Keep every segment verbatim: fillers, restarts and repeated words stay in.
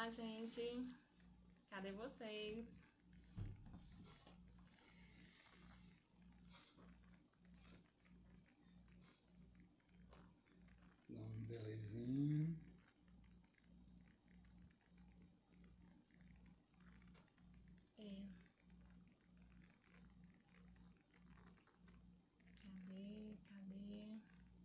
lá, gente. Cadê vocês? Dá um delayzinho. É. Cadê? Cadê?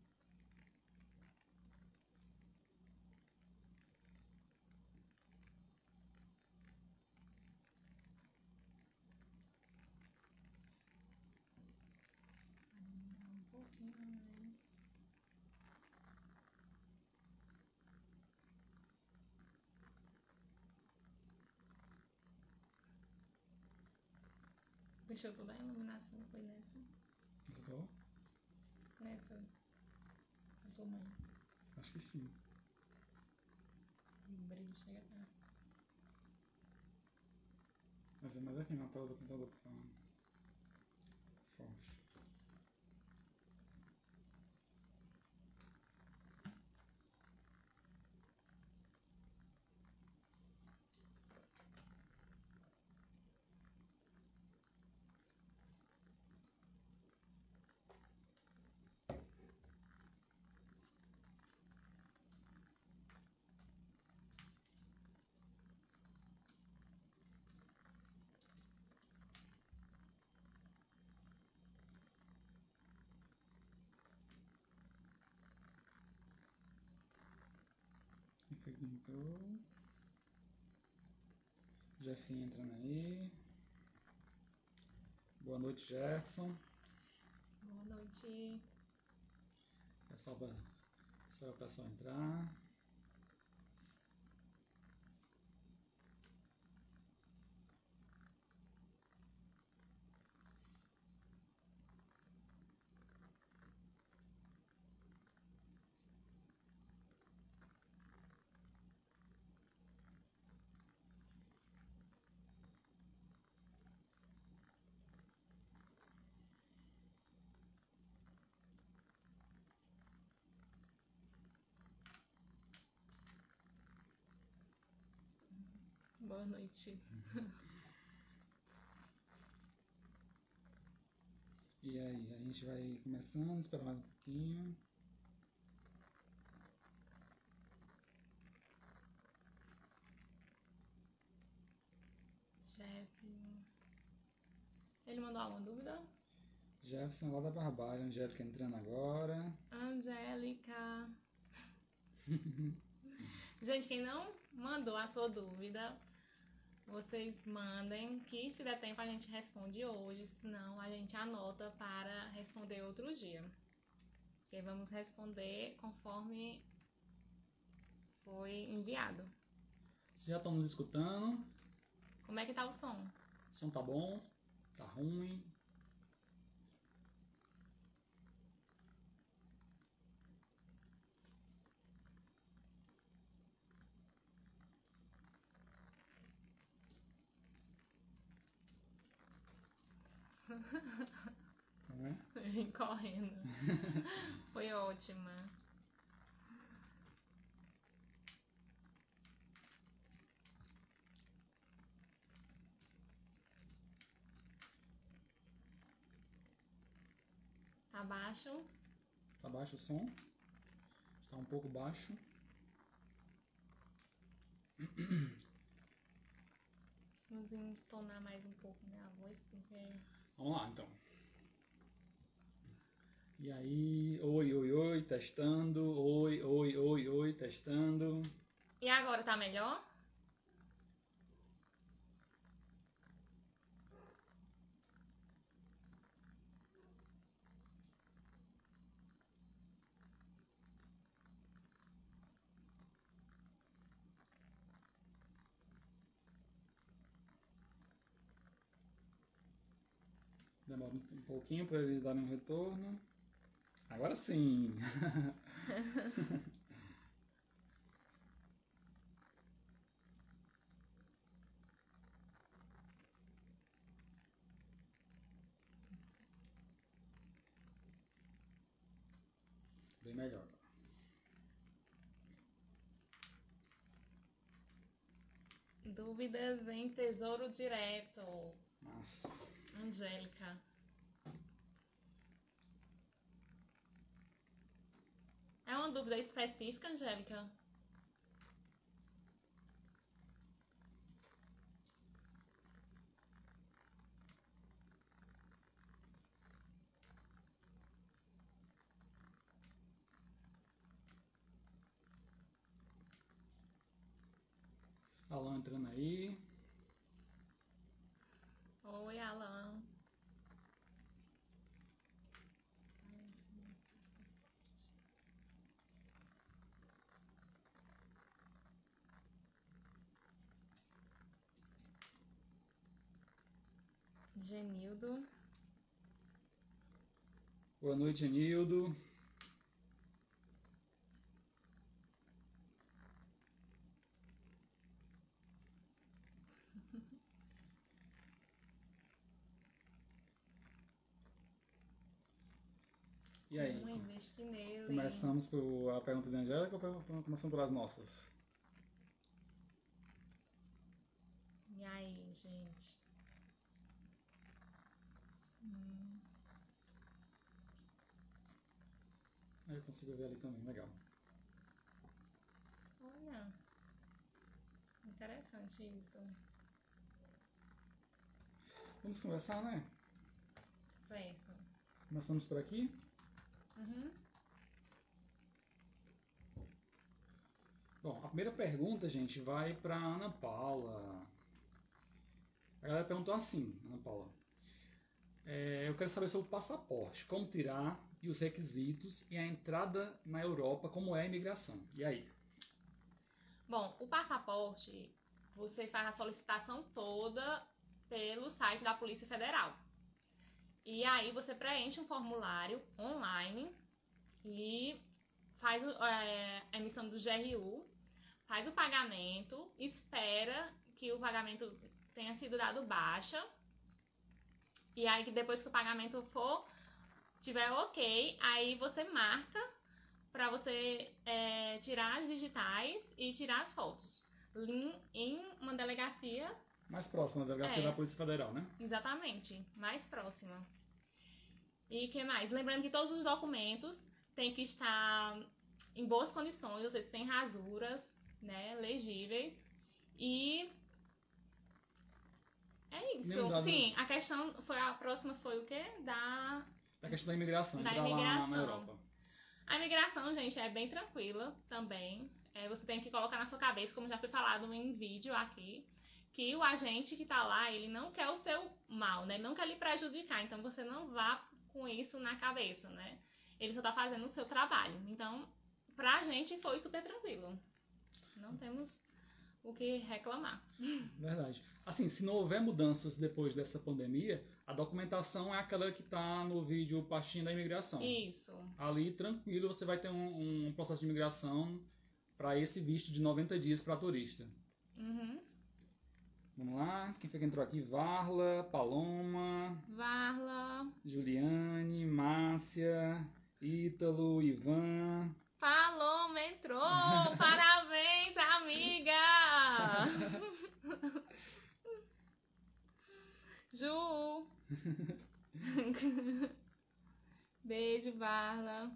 Um pouquinho mais. Deixou toda a iluminação, foi nessa? Você falou? Nessa. A tua mãe. Acho que sim. O brilho chega pra... Mas é mais aqui na tela do computador que tá forte. Efeito entrou. Jeffinho entrando aí. Boa noite, Jefferson. Boa noite. É só para esperar o pessoal entrar. Boa noite. E aí, a gente vai começando, espera mais um pouquinho. Chefe. Ele mandou alguma dúvida? Jefferson lá da Barbalha, Angélica entrando agora. Angélica. Gente, quem não mandou a sua dúvida, vocês mandem, que se der tempo a gente responde hoje, senão a gente anota para responder outro dia. Porque vamos responder conforme foi enviado. Vocês já estão nos escutando? Como é que tá o som? O som tá bom? Tá ruim? Não é? Vim correndo. Foi ótima. Tá baixo? Tá baixo o som? Está um pouco baixo. Vamos entonar mais um pouco minha voz, porque... Vamos lá, então. E aí, oi, oi, oi, testando. Oi, oi, oi, oi, testando. E agora, tá melhor? Demora um pouquinho para eles darem um retorno. Agora sim! Bem melhor. Dúvidas em Tesouro Direto. Nossa. Angélica. É uma dúvida específica, Angélica? Alan entrando aí. Oi, Alan. Genildo. Boa noite, Genildo. E aí? Como investir nele? Começamos por a pergunta da Angélica ou começamos pelas nossas? E aí, gente? Hum. Aí eu consigo ver ali também, legal. Olha, interessante isso. Vamos conversar, né? Certo. Começamos por aqui. Uhum. Bom, a primeira pergunta, gente, vai para Ana Paula. Ela perguntou assim, Ana Paula. É, eu quero saber sobre o passaporte, como tirar e os requisitos e a entrada na Europa, como é a imigração. E aí? Bom, o passaporte, você faz a solicitação toda pelo site da Polícia Federal. E aí você preenche um formulário online e faz é, a emissão do G R U, faz o pagamento, espera que o pagamento tenha sido dado baixa. E aí que depois que o pagamento for, tiver ok, aí você marca para você é, tirar as digitais e tirar as fotos em, em uma delegacia. Mais próxima da delegacia é, da Polícia Federal, né? Exatamente, mais próxima. E que mais? Lembrando que todos os documentos têm que estar em boas condições, ou seja, sem rasuras, né, legíveis. E é isso. Dado... Sim, a questão foi a próxima foi o quê? Da da questão da imigração, da entrar imigração. lá na Europa. A imigração, gente, é bem tranquila também. É, você tem que colocar na sua cabeça, como já foi falado em vídeo aqui, que o agente que tá lá, ele não quer o seu mal, né? Ele não quer lhe prejudicar. Então você não vá com isso na cabeça, né? Ele só tá fazendo o seu trabalho. Então, pra gente foi super tranquilo. Não temos o que reclamar. Verdade. Assim, se não houver mudanças depois dessa pandemia, a documentação é aquela que está no vídeo pastinha da imigração. Isso. Ali, tranquilo, você vai ter um, um processo de imigração para esse visto de noventa dias para turista. Uhum. Vamos lá, quem foi que entrou aqui? Varla, Paloma, Varla, Juliane, Márcia, Ítalo, Ivan. Paloma entrou! Parabéns, amiga! Ju! Beijo, Varla.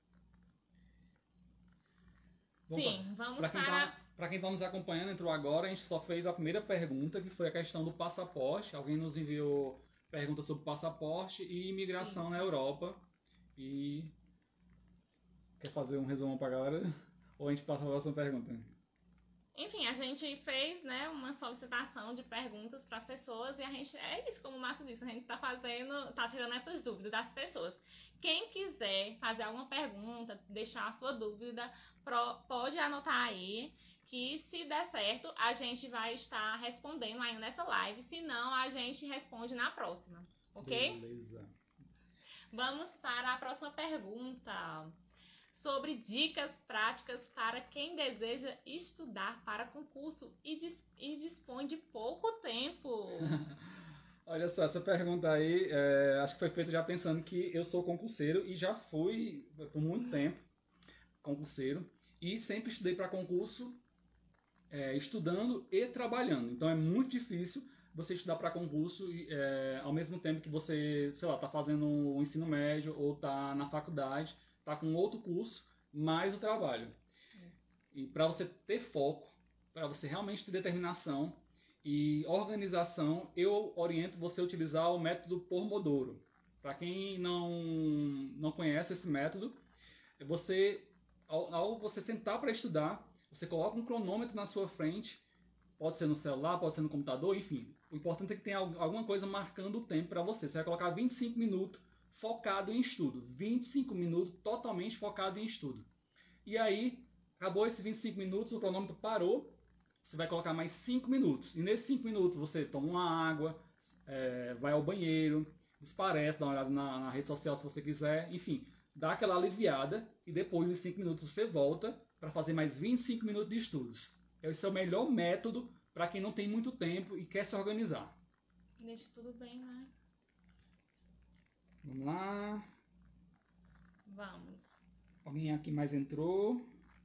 Bom, Sim, vamos pra quem para... Tá, para quem está nos acompanhando, entrou agora, a gente só fez a primeira pergunta, que foi a questão do passaporte. Alguém nos enviou perguntas sobre passaporte e imigração Isso. na Europa. E... Quer fazer um resumo para a galera? Ou a gente passa para a próxima pergunta? Enfim, a gente fez, né, uma solicitação de perguntas para as pessoas e a gente, é isso, como o Márcio disse, a gente está fazendo, tá tirando essas dúvidas das pessoas. Quem quiser fazer alguma pergunta, deixar a sua dúvida, pro, pode anotar aí, que se der certo, a gente vai estar respondendo ainda nessa live, se não, a gente responde na próxima, ok? Beleza. Vamos para a próxima pergunta. Sobre dicas práticas para quem deseja estudar para concurso e, dis- e dispõe de pouco tempo. Olha só, essa pergunta aí, é, acho que foi feita já pensando que eu sou concurseiro e já fui por muito tempo concurseiro e sempre estudei para concurso é, estudando e trabalhando. Então é muito difícil você estudar para concurso é, ao mesmo tempo que você, sei lá, está fazendo o ensino médio ou está na faculdade, está com outro curso, mais o trabalho. E para você ter foco, para você realmente ter determinação e organização, eu oriento você a utilizar o método Pomodoro. Para quem não, não conhece esse método, você, ao, ao você sentar para estudar, você coloca um cronômetro na sua frente, pode ser no celular, pode ser no computador, enfim. O importante é que tenha alguma coisa marcando o tempo para você. Você vai colocar vinte e cinco minutos focado em estudo. vinte e cinco minutos totalmente focado em estudo. E aí, acabou esses vinte e cinco minutos, o cronômetro parou, você vai colocar mais cinco minutos. E nesses cinco minutos você toma uma água, é, vai ao banheiro, desparece, dá uma olhada na, na rede social se você quiser, enfim, dá aquela aliviada e depois de cinco minutos você volta para fazer mais vinte e cinco minutos de estudos. Esse é o melhor método para quem não tem muito tempo e quer se organizar. Deixa tudo bem, né? Vamos lá. Vamos. Alguém aqui mais entrou?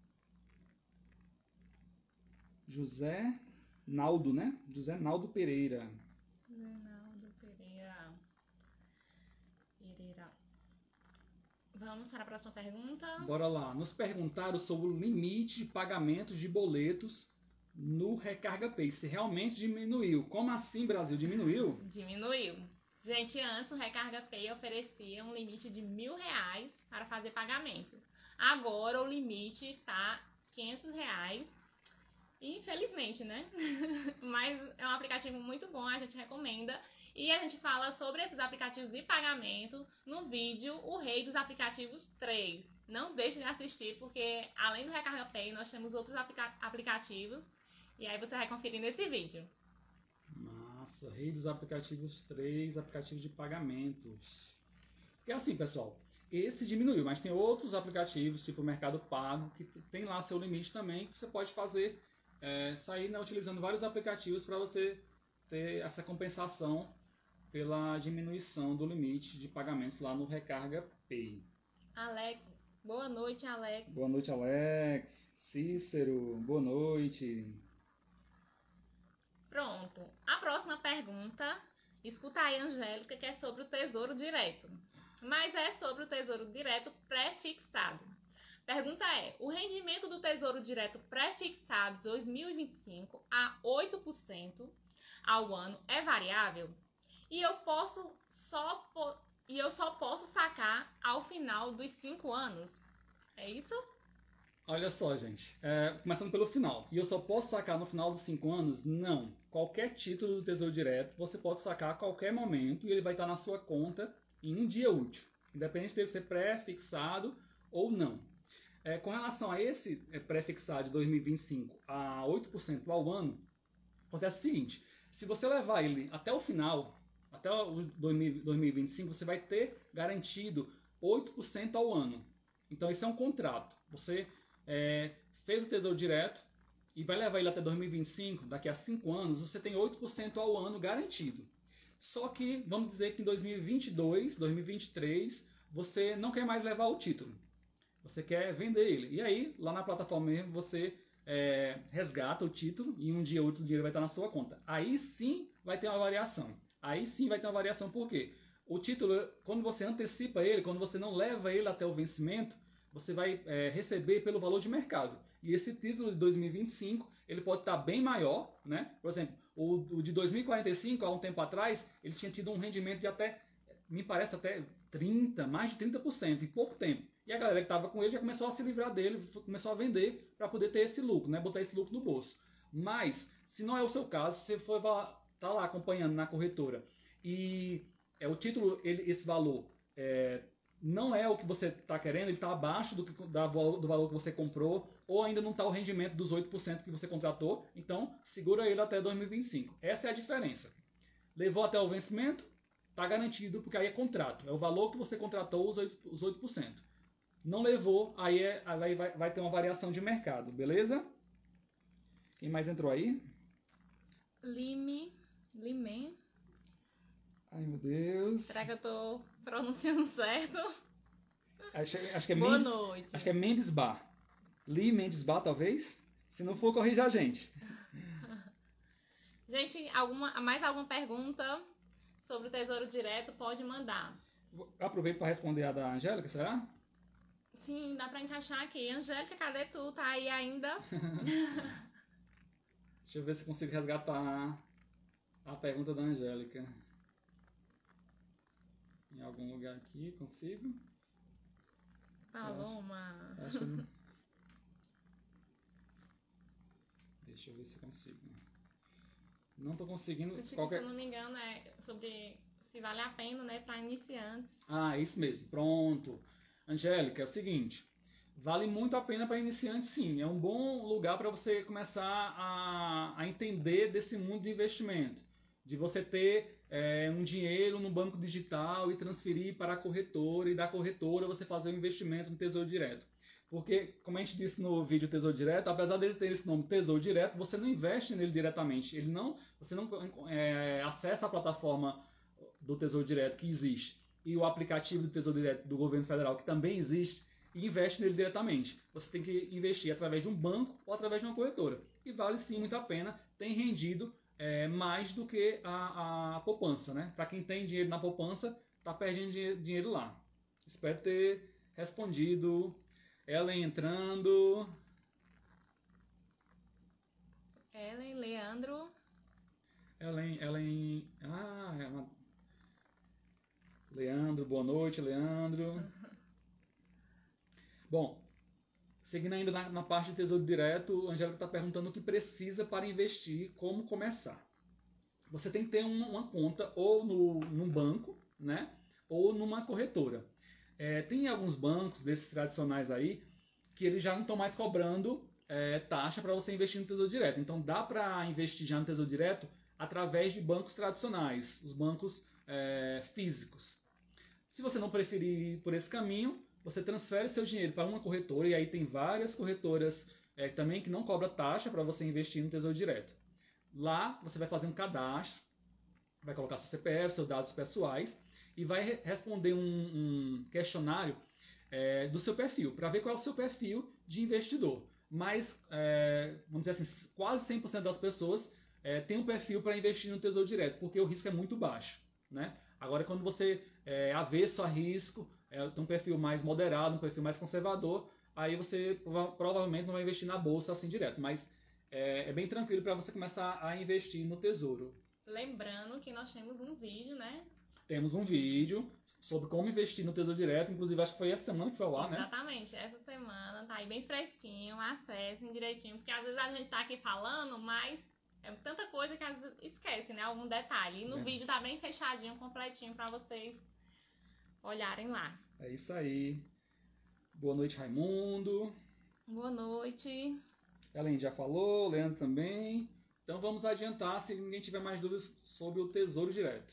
José Naldo, né? José Naldo Pereira. José Naldo Pereira. Pereira. Vamos para a próxima pergunta. Bora lá. Nos perguntaram sobre o limite de pagamentos de boletos no Recarga Pay. Se realmente diminuiu. Como assim, Brasil? Diminuiu? Diminuiu. Gente, antes o Recarga Pay oferecia um limite de mil reais para fazer pagamento. Agora o limite está quinhentos reais. Infelizmente, né? Mas é um aplicativo muito bom, a gente recomenda. E a gente fala sobre esses aplicativos de pagamento no vídeo O Rei dos Aplicativos três. Não deixe de assistir, porque além do Recarga Pay, nós temos outros aplica- aplicativos. E aí você vai conferir nesse vídeo. Massa, Rei dos Aplicativos três, aplicativo de pagamentos. Porque assim, pessoal, esse diminuiu, mas tem outros aplicativos, tipo o Mercado Pago, que tem lá seu limite também, que você pode fazer, é, sair, né, utilizando vários aplicativos para você ter essa compensação pela diminuição do limite de pagamentos lá no Recarga Pay. Alex, boa noite, Alex. Boa noite, Alex. Cícero, boa noite. Pronto. A próxima pergunta, escuta aí, Angélica, que é sobre o Tesouro Direto. Mas é sobre o Tesouro Direto pré-fixado. Pergunta é, o rendimento do Tesouro Direto pré-fixado dois mil e vinte e cinco a oito por cento ao ano é variável? E eu posso só po- e eu só posso sacar ao final dos cinco anos? É isso? Olha só, gente. É, começando pelo final. E eu só posso sacar no final dos cinco anos? Não. Qualquer título do Tesouro Direto você pode sacar a qualquer momento e ele vai estar na sua conta em um dia útil. Independente dele ser pré-fixado ou não. É, com relação a esse pré-fixado de dois mil e vinte e cinco a oito por cento ao ano, acontece o seguinte. Se você levar ele até o final, até o dois mil e vinte e cinco, você vai ter garantido oito por cento ao ano. Então, isso é um contrato. Você é, fez o Tesouro Direto e vai levar ele até dois mil e vinte e cinco, daqui a cinco anos, você tem oito por cento ao ano garantido. Só que, vamos dizer que em dois mil e vinte e dois, dois mil e vinte e três, você não quer mais levar o título. Você quer vender ele. E aí, lá na plataforma mesmo, você é, resgata o título e um dia útil o dinheiro vai estar na sua conta. Aí sim vai ter uma variação. Aí sim vai ter uma variação. Por quê? O título, quando você antecipa ele, quando você não leva ele até o vencimento, você vai é, receber pelo valor de mercado. E esse título de dois mil e vinte e cinco, ele pode estar bem maior, né? Por exemplo, o, o de dois mil e quarenta e cinco, há um tempo atrás, ele tinha tido um rendimento de até, me parece até trinta, mais de trinta por cento em pouco tempo. E a galera que estava com ele já começou a se livrar dele, começou a vender para poder ter esse lucro, né? Botar esse lucro no bolso. Mas, se não é o seu caso, se você for tá lá acompanhando na corretora e é, o título, ele, esse valor é, não é o que você está querendo, ele está abaixo do, que, da, do valor que você comprou, ou ainda não está o rendimento dos oito por cento que você contratou, então segura ele até dois mil e vinte e cinco. Essa é a diferença. Levou até o vencimento, está garantido, porque aí é contrato. É o valor que você contratou, os oito por cento. Não levou, aí, é, aí vai, vai ter uma variação de mercado, beleza? Quem mais entrou aí? Lime, Lime. Ai, meu Deus. Será que eu tô pronunciando certo? Acho, acho que é Boa Mendes, noite. Acho que é Mendes Bar. Lee Mendes Bar, talvez? Se não for, corrija a gente. Gente, alguma, mais alguma pergunta sobre o Tesouro Direto, pode mandar. Aproveito para responder a da Angélica, será? Sim, dá para encaixar aqui. Angélica, cadê tu? Tá aí ainda? Deixa eu ver se eu consigo resgatar a pergunta da Angélica. Em algum lugar aqui, consigo? Paloma. Acho, acho que não. Deixa eu ver se eu consigo. Não estou conseguindo. Acho que, qualquer... se eu não me engano, é sobre se vale a pena, né, para iniciantes. Ah, isso mesmo. Pronto. Angélica, é o seguinte. Vale muito a pena para iniciantes, sim. É um bom lugar para você começar a, a entender desse mundo de investimento. De você ter é, um dinheiro no banco digital e transferir para a corretora, e da corretora você fazer um investimento no Tesouro Direto. Porque, como a gente disse no vídeo Tesouro Direto, apesar dele ter esse nome Tesouro Direto, você não investe nele diretamente. Ele não, você não é, acessa a plataforma do Tesouro Direto que existe e o aplicativo do Tesouro Direto do governo federal que também existe e investe nele diretamente. Você tem que investir através de um banco ou através de uma corretora. E vale sim muito a pena, tem rendido é, mais do que a, a poupança, né? Para quem tem dinheiro na poupança, está perdendo dinheiro, dinheiro lá. Espero ter respondido. Ellen entrando. Ellen, Leandro. Ellen, Ellen. Ah, é uma... Leandro, boa noite, Leandro. Bom, seguindo ainda na, na parte de Tesouro Direto, a Angélica está perguntando o que precisa para investir, como começar. Você tem que ter uma, uma conta ou no, num banco, né, ou numa corretora. É, tem alguns bancos desses tradicionais aí que eles já não estão mais cobrando é, taxa para você investir no Tesouro Direto. Então dá para investir já no Tesouro Direto através de bancos tradicionais, os bancos é, físicos. Se você não preferir ir por esse caminho, você transfere seu dinheiro para uma corretora, e aí tem várias corretoras é, também que não cobram taxa para você investir no Tesouro Direto. Lá você vai fazer um cadastro, vai colocar seu C P F, seus dados pessoais, e vai responder um, um questionário é, do seu perfil, para ver qual é o seu perfil de investidor. Mas, é, vamos dizer assim, quase cem por cento das pessoas é, tem um perfil para investir no Tesouro Direto, porque o risco é muito baixo, né? Agora, quando você é avesso a risco, é, tem um perfil mais moderado, um perfil mais conservador, aí você prova provavelmente não vai investir na bolsa assim direto, mas é, é bem tranquilo para você começar a investir no Tesouro. Lembrando que nós temos um vídeo, né? Temos um vídeo sobre como investir no Tesouro Direto, inclusive acho que foi essa semana que foi lá, né? Exatamente, essa semana tá aí bem fresquinho, acessem direitinho, porque às vezes a gente tá aqui falando, mas é tanta coisa que às vezes esquece, né? Algum detalhe. E no é. vídeo tá bem fechadinho, completinho pra vocês olharem lá. É isso aí. Boa noite, Raimundo. Boa noite. Ellen já falou, Leandro também. Então vamos adiantar se ninguém tiver mais dúvidas sobre o Tesouro Direto.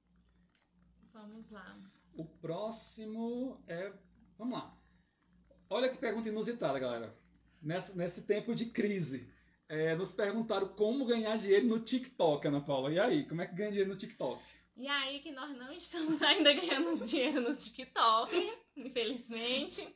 Vamos lá. O próximo é... Vamos lá. Olha que pergunta inusitada, galera. Nesse, nesse tempo de crise. É, nos perguntaram como ganhar dinheiro no TikTok, Ana Paula. E aí, como é que ganha dinheiro no TikTok? E aí que nós não estamos ainda ganhando dinheiro no TikTok, infelizmente.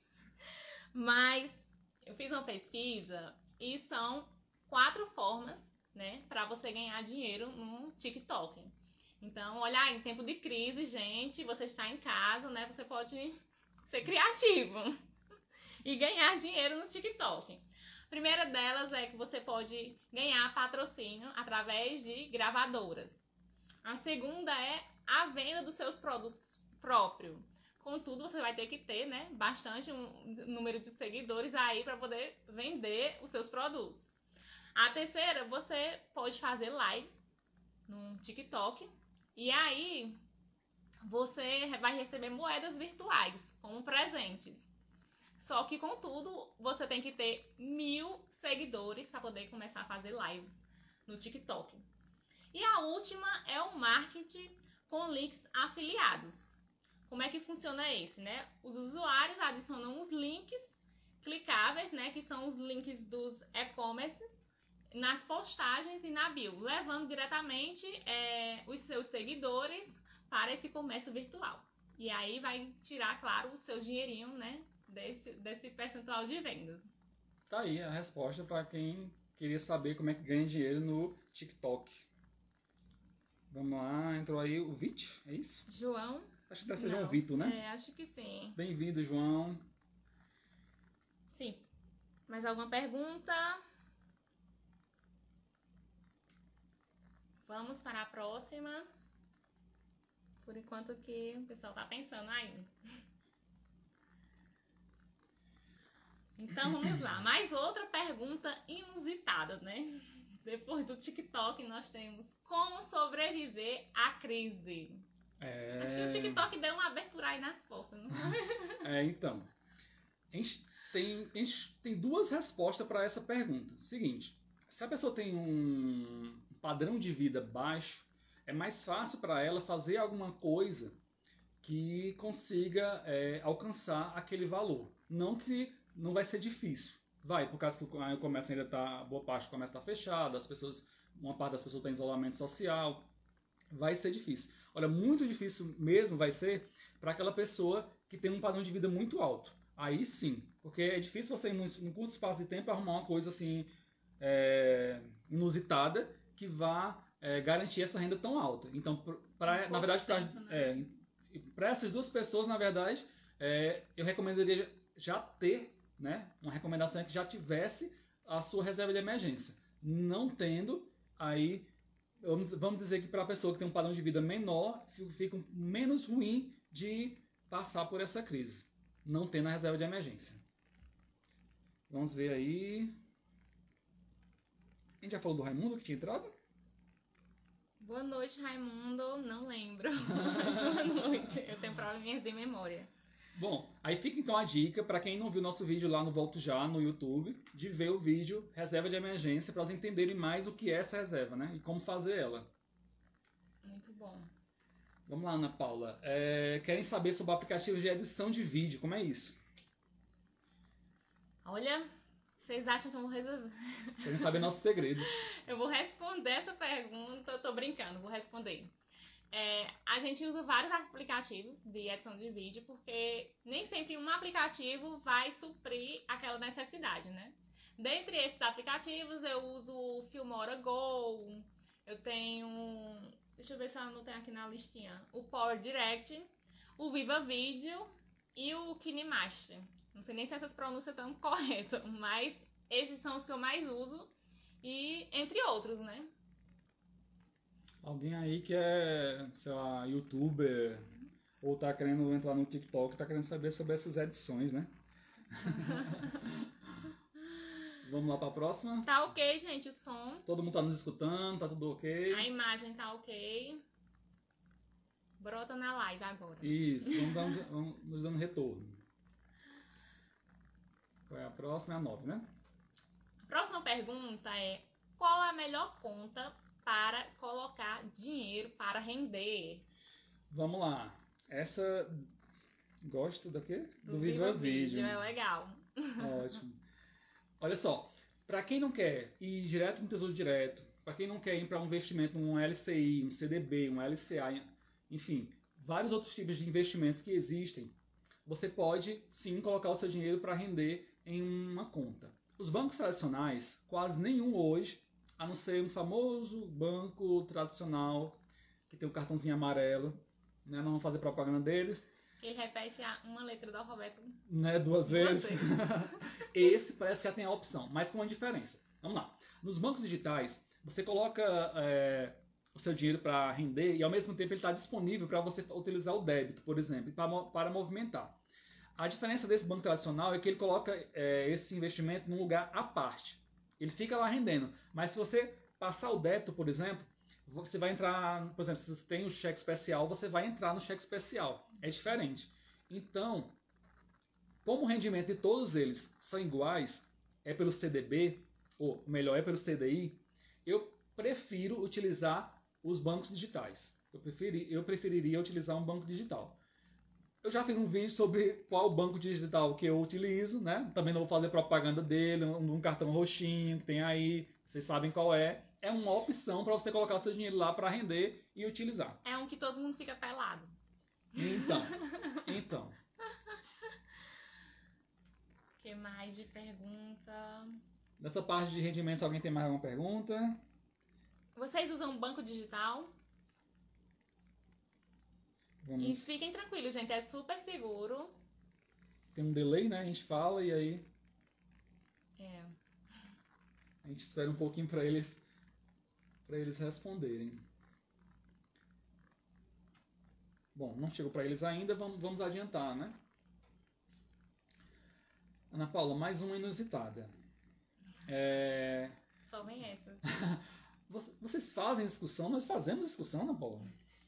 Mas eu fiz uma pesquisa e são quatro formas, né, para você ganhar dinheiro no TikTok. Então, olha aí, em tempo de crise, gente, você está em casa, né, você pode ser criativo e ganhar dinheiro no TikTok. A primeira delas é que você pode ganhar patrocínio através de gravadoras. A segunda é a venda dos seus produtos próprios. Contudo, você vai ter que ter, né, bastante um número de seguidores aí para poder vender os seus produtos. A terceira, você pode fazer lives no TikTok e aí você vai receber moedas virtuais como presentes. Só que, contudo, você tem que ter mil seguidores para poder começar a fazer lives no TikTok. E a última é o marketing com links afiliados. Como é que funciona esse, né? Os usuários adicionam os links clicáveis, né, que são os links dos e-commerces, nas postagens e na bio, levando diretamente é, os seus seguidores para esse comércio virtual. E aí vai tirar, claro, o seu dinheirinho, né, desse, desse percentual de vendas. Tá aí a resposta para quem queria saber como é que ganha dinheiro no TikTok. Vamos lá, entrou aí o Vit, é isso? João? Acho que deve ser João Vitor, né? É, acho que sim. Bem-vindo, João. Sim. Mais alguma pergunta? Vamos para a próxima. Por enquanto que o pessoal tá pensando ainda. Então vamos lá. Mais outra pergunta inusitada, né? Depois do TikTok nós temos como sobreviver à crise. É... Acho que o TikTok deu uma abertura aí nas portas, não foi? É, então. A gente tem, a gente tem duas respostas para essa pergunta. Seguinte, se a pessoa tem um padrão de vida baixo, é mais fácil para ela fazer alguma coisa que consiga é, alcançar aquele valor. Não que não vai ser difícil. Vai, por causa que o comércio ainda está, boa parte do comércio está fechada, as pessoas, uma parte das pessoas está em isolamento social, vai ser difícil. Olha, muito difícil mesmo vai ser para aquela pessoa que tem um padrão de vida muito alto. Aí sim, porque é difícil você, num curto espaço de tempo, arrumar uma coisa assim é, inusitada que vá é, garantir essa renda tão alta. Então, pra, um na verdade, para né? é, essas duas pessoas, na verdade, é, eu recomendaria já ter, né, uma recomendação é que já tivesse a sua reserva de emergência. Não tendo, aí vamos dizer que para a pessoa que tem um padrão de vida menor, fica menos ruim de passar por essa crise, não tendo a reserva de emergência. Vamos ver aí. A gente já falou do Raimundo que tinha entrado? Boa noite, Raimundo. Não lembro. Mas boa noite. Eu tenho probleminhas de memória. Bom, aí fica então a dica para quem não viu nosso vídeo lá no Volto Já, no YouTube, de ver o vídeo Reserva de Emergência para eles entenderem mais o que é essa reserva, né? E como fazer ela. Muito bom. Vamos lá, Ana Paula. É, querem saber sobre o aplicativo de edição de vídeo, como é isso? Olha, vocês acham que eu vou resolver? Querem saber nossos segredos. Eu vou responder essa pergunta, eu tô brincando, vou responder. É, a gente usa vários aplicativos de edição de vídeo, porque nem sempre um aplicativo vai suprir aquela necessidade, né? Dentre esses aplicativos, eu uso o Filmora Go, eu tenho, deixa eu ver se eu anotei aqui na listinha, o Power Direct, o Viva Video e o KineMaster. Não sei nem se essas pronúncias estão corretas, mas esses são os que eu mais uso, e entre outros, né? Alguém aí que é, sei lá, youtuber ou tá querendo entrar no TikTok, tá querendo saber sobre essas edições, né? Vamos lá para a próxima? Tá ok, gente, o som. Todo mundo tá nos escutando, tá tudo ok? A imagem tá ok. Brota na live agora. Isso, vamos, dar, vamos nos dando retorno. Qual é a próxima? É a nove, né? A próxima pergunta é: qual a melhor conta para colocar dinheiro para render? Vamos lá. Essa. Gosto do quê? Do, do Viva, Viva Vídeo. Vídeo. É legal. Ótimo. Olha só. Para quem não quer ir direto no Tesouro Direto, para quem não quer ir para um investimento num L C I, um C D B, um L C A, enfim, vários outros tipos de investimentos que existem, você pode sim colocar o seu dinheiro para render em uma conta. Os bancos tradicionais, quase nenhum hoje, a não ser um famoso banco tradicional que tem o um cartãozinho amarelo, né? Não vamos fazer propaganda deles. Ele repete uma letra do alfabeto, né, duas, duas vezes. vezes. Esse parece que já tem a opção, mas com uma diferença. Vamos lá. Nos bancos digitais, você coloca é, o seu dinheiro para render e ao mesmo tempo ele está disponível para você utilizar o débito, por exemplo, para, para movimentar. A diferença desse banco tradicional é que ele coloca é, esse investimento num lugar à parte. Ele fica lá rendendo. Mas se você passar o débito, por exemplo, você vai entrar, por exemplo, se você tem o cheque especial, você vai entrar no cheque especial. É diferente. Então, como o rendimento de todos eles são iguais, é pelo C D B, ou melhor, é pelo C D I, eu prefiro utilizar os bancos digitais. Eu, preferi, eu preferiria utilizar um banco digital. Eu já fiz um vídeo sobre qual banco digital que eu utilizo, né? Também não vou fazer propaganda dele, um, um cartão roxinho que tem aí, vocês sabem qual é. É uma opção para você colocar o seu dinheiro lá para render e utilizar. É um que todo mundo fica pelado. Então, então. O que mais de pergunta? Nessa parte de rendimentos, alguém tem mais alguma pergunta? Vocês usam banco digital? Vamos... E fiquem tranquilos, gente, é super seguro. Tem um delay, né? A gente fala e aí... É. A gente espera um pouquinho para eles, para eles responderem. Bom, não chegou para eles ainda, vamos, vamos adiantar, né? Ana Paula, mais uma inusitada. É... Só vem essa. Vocês fazem discussão? Nós fazemos discussão, Ana Paula?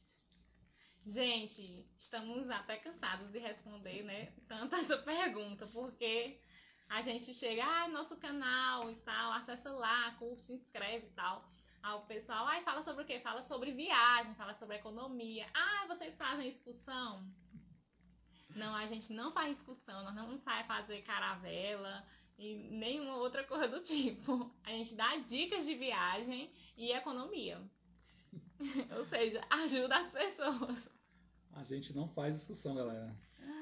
Gente, estamos até cansados de responder, né? Tanto essa pergunta, porque a gente chega, ah, nosso canal e tal, acessa lá, curte, se inscreve e tal. Aí o pessoal, ah, fala sobre o quê? Fala sobre viagem, fala sobre economia. Ah, vocês fazem excursão? Não, a gente não faz excursão, nós não sai fazer caravela e nenhuma outra coisa do tipo. A gente dá dicas de viagem e economia. Ou seja, ajuda as pessoas. A gente não faz discussão, galera.